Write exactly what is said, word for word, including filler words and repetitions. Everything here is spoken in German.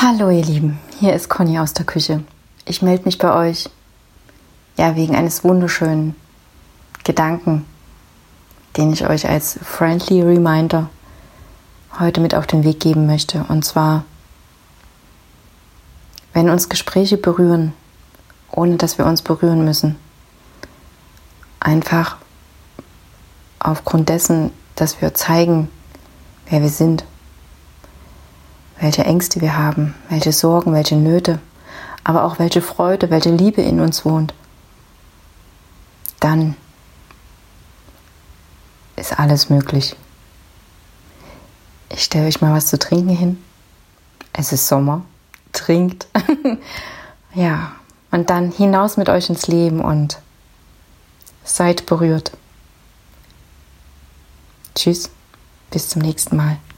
Hallo ihr Lieben, hier ist Conny aus der Küche. Ich melde mich bei euch, ja, wegen eines wunderschönen Gedanken, den ich euch als friendly reminder heute mit auf den Weg geben möchte. Und zwar, wenn uns Gespräche berühren, ohne dass wir uns berühren müssen, einfach aufgrund dessen, dass wir zeigen, wer wir sind, welche Ängste wir haben, welche Sorgen, welche Nöte, aber auch welche Freude, welche Liebe in uns wohnt, dann ist alles möglich. Ich stelle euch mal was zu trinken hin. Es ist Sommer. Trinkt. Ja, und dann hinaus mit euch ins Leben und seid berührt. Tschüss, bis zum nächsten Mal.